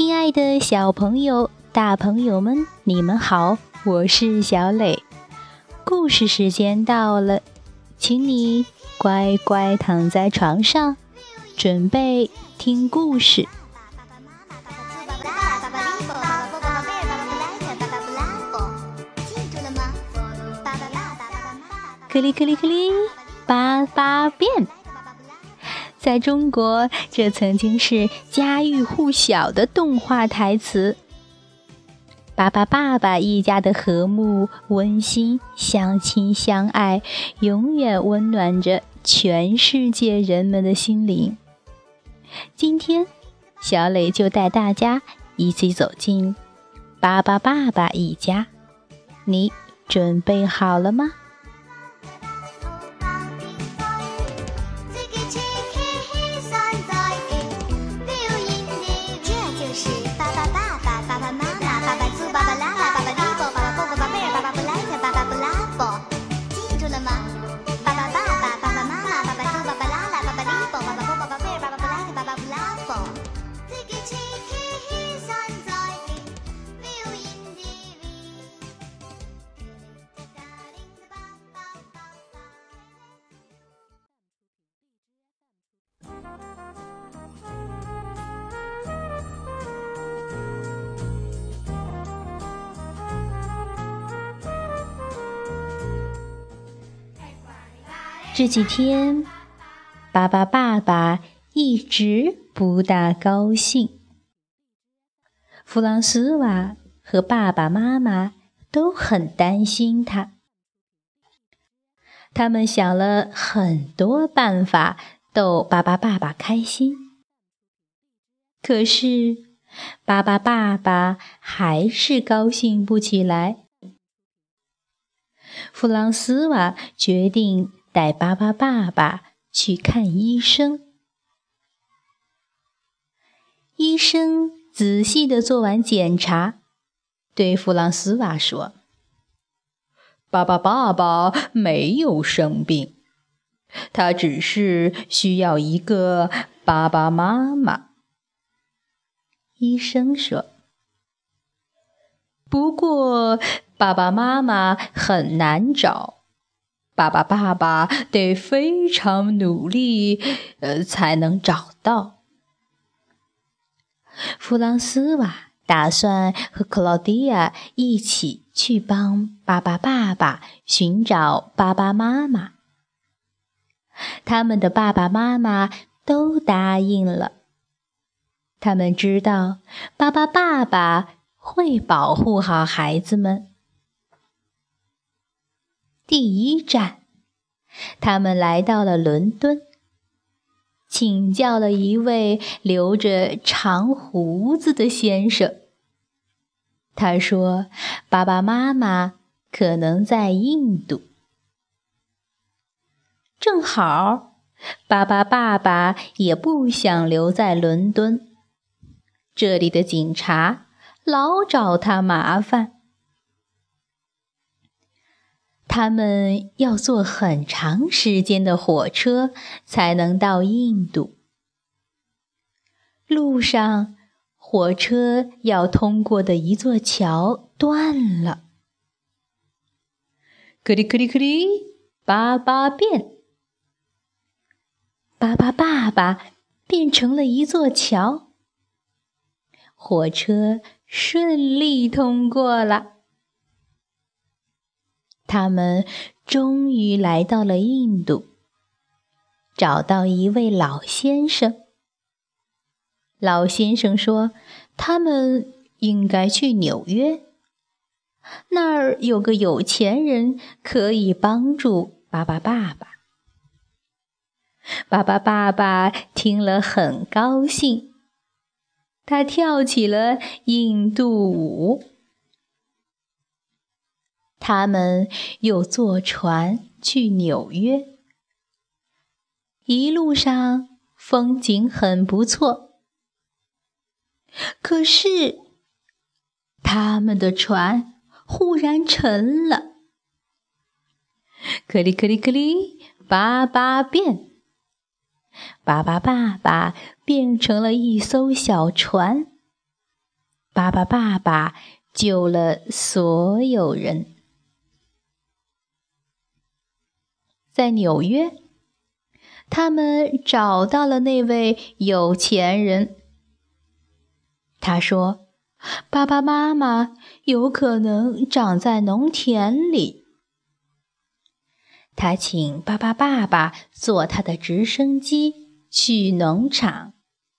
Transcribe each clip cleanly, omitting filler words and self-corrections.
亲爱的小朋友、大朋友们，你们好，我是小磊。故事时间到了，请你乖乖躺在床上，准备听故事。克里克里克里，八八变。在中国，这曾经是家喻户晓的动画台词。巴巴爸爸一家的和睦温馨、相亲相爱，永远温暖着全世界人们的心灵。今天，小磊就带大家一起走进巴巴爸爸一家。你准备好了吗？这几天，巴巴爸爸一直不大高兴。弗朗斯瓦和爸爸妈妈都很担心他，他们想了很多办法逗巴巴爸爸开心。可是，巴巴爸爸还是高兴不起来。弗朗斯瓦决定带巴巴爸爸去看医生。医生仔细地做完检查，对弗朗斯瓦说：“巴巴爸爸没有生病，他只是需要一个爸爸妈妈。”医生说：“不过爸爸妈妈很难找。爸爸爸爸得非常努力，才能找到。”弗朗斯瓦打算和克劳迪亚一起去帮巴巴爸爸寻找爸爸妈妈。他们的爸爸妈妈都答应了。他们知道巴巴爸爸会保护好孩子们。第一站，他们来到了伦敦，请教了一位留着长胡子的先生。他说，爸爸妈妈可能在印度。正好，巴巴爸爸也不想留在伦敦，这里的警察老找他麻烦。他们要坐很长时间的火车才能到印度。路上，火车要通过的一座桥断了。克里克里克里，巴巴变。巴巴爸爸变成了一座桥，火车顺利通过了。他们终于来到了印度，找到一位老先生。老先生说，他们应该去纽约，那儿有个有钱人可以帮助巴巴爸爸。巴巴爸爸听了很高兴，他跳起了印度舞。他们又坐船去纽约，一路上风景很不错。可是，他们的船忽然沉了。克里克里克里，巴巴变。巴巴爸爸变成了一艘小船， 巴巴爸爸救了所有人。在纽约，他们找到了那位有钱人。他说，爸爸妈妈有可能长在农田里。他请巴巴爸爸坐他的直升机去农场。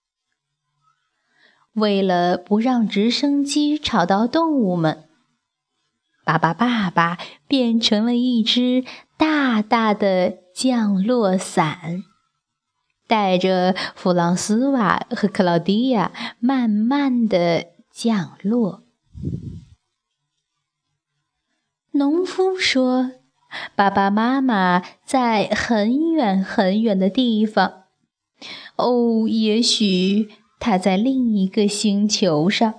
为了不让直升机吵到动物们，巴巴爸爸变成了一只大大的降落伞，带着弗朗斯瓦和克劳迪亚慢慢地降落。农夫说，爸爸妈妈在很远很远的地方，也许他在另一个星球上。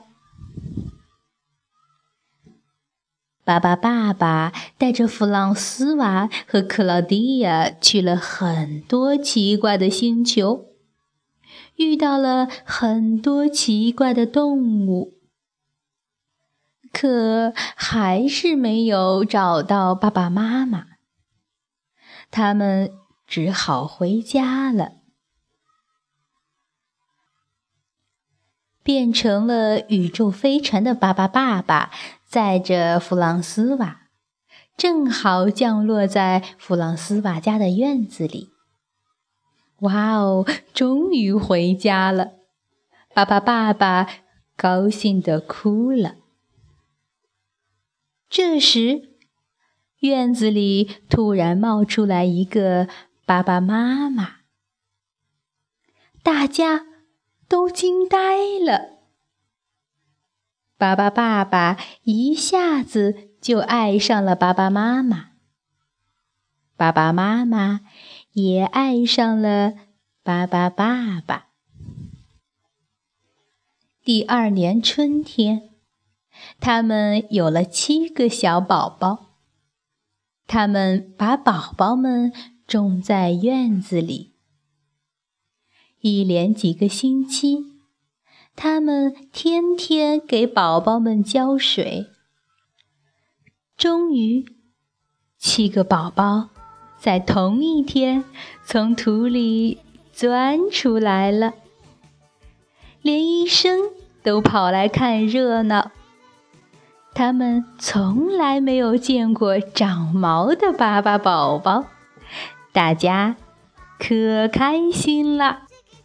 巴巴爸爸带着弗朗斯瓦和克劳迪亚去了很多奇怪的星球，遇到了很多奇怪的动物，可还是没有找到爸爸妈妈。他们只好回家了。变成了宇宙飞船的巴巴爸爸载着弗朗斯瓦，正好降落在弗朗斯瓦家的院子里。哇哦，终于回家了！巴巴爸爸高兴地哭了。这时，院子里突然冒出来一个爸爸妈妈，大家都惊呆了。巴巴爸爸一下子就爱上了爸爸妈妈，爸爸妈妈也爱上了巴巴爸爸。第2年春天，他们有了7个小宝宝。他们把宝宝们种在院子里。一连几个星期，他们天天给宝宝们浇水。终于，7个宝宝在同一天从土里钻出来了，连医生都跑来看热闹。他们从来没有见过长毛的巴巴宝宝，大家可开心了。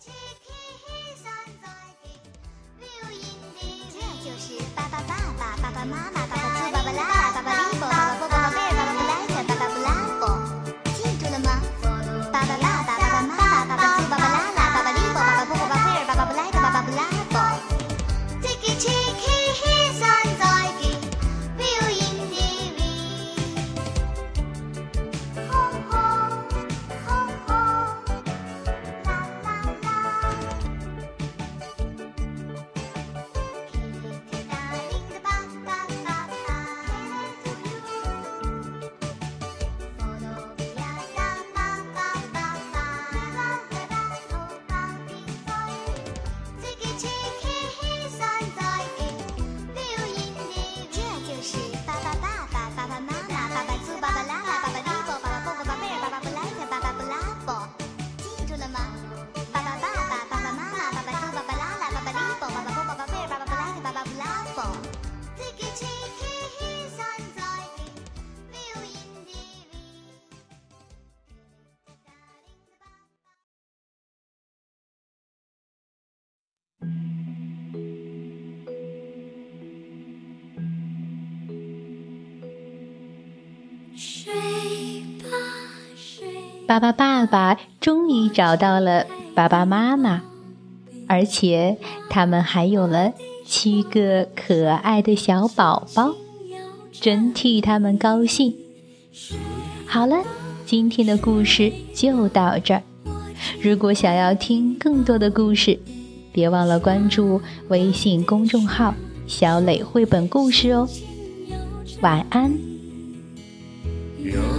巴巴爸爸终于找到了爸爸妈妈，而且他们还有了7个可爱的小宝宝，真替他们高兴。好了，今天的故事就到这儿。如果想要听更多的故事，别忘了关注微信公众号小磊绘本故事哦。晚安。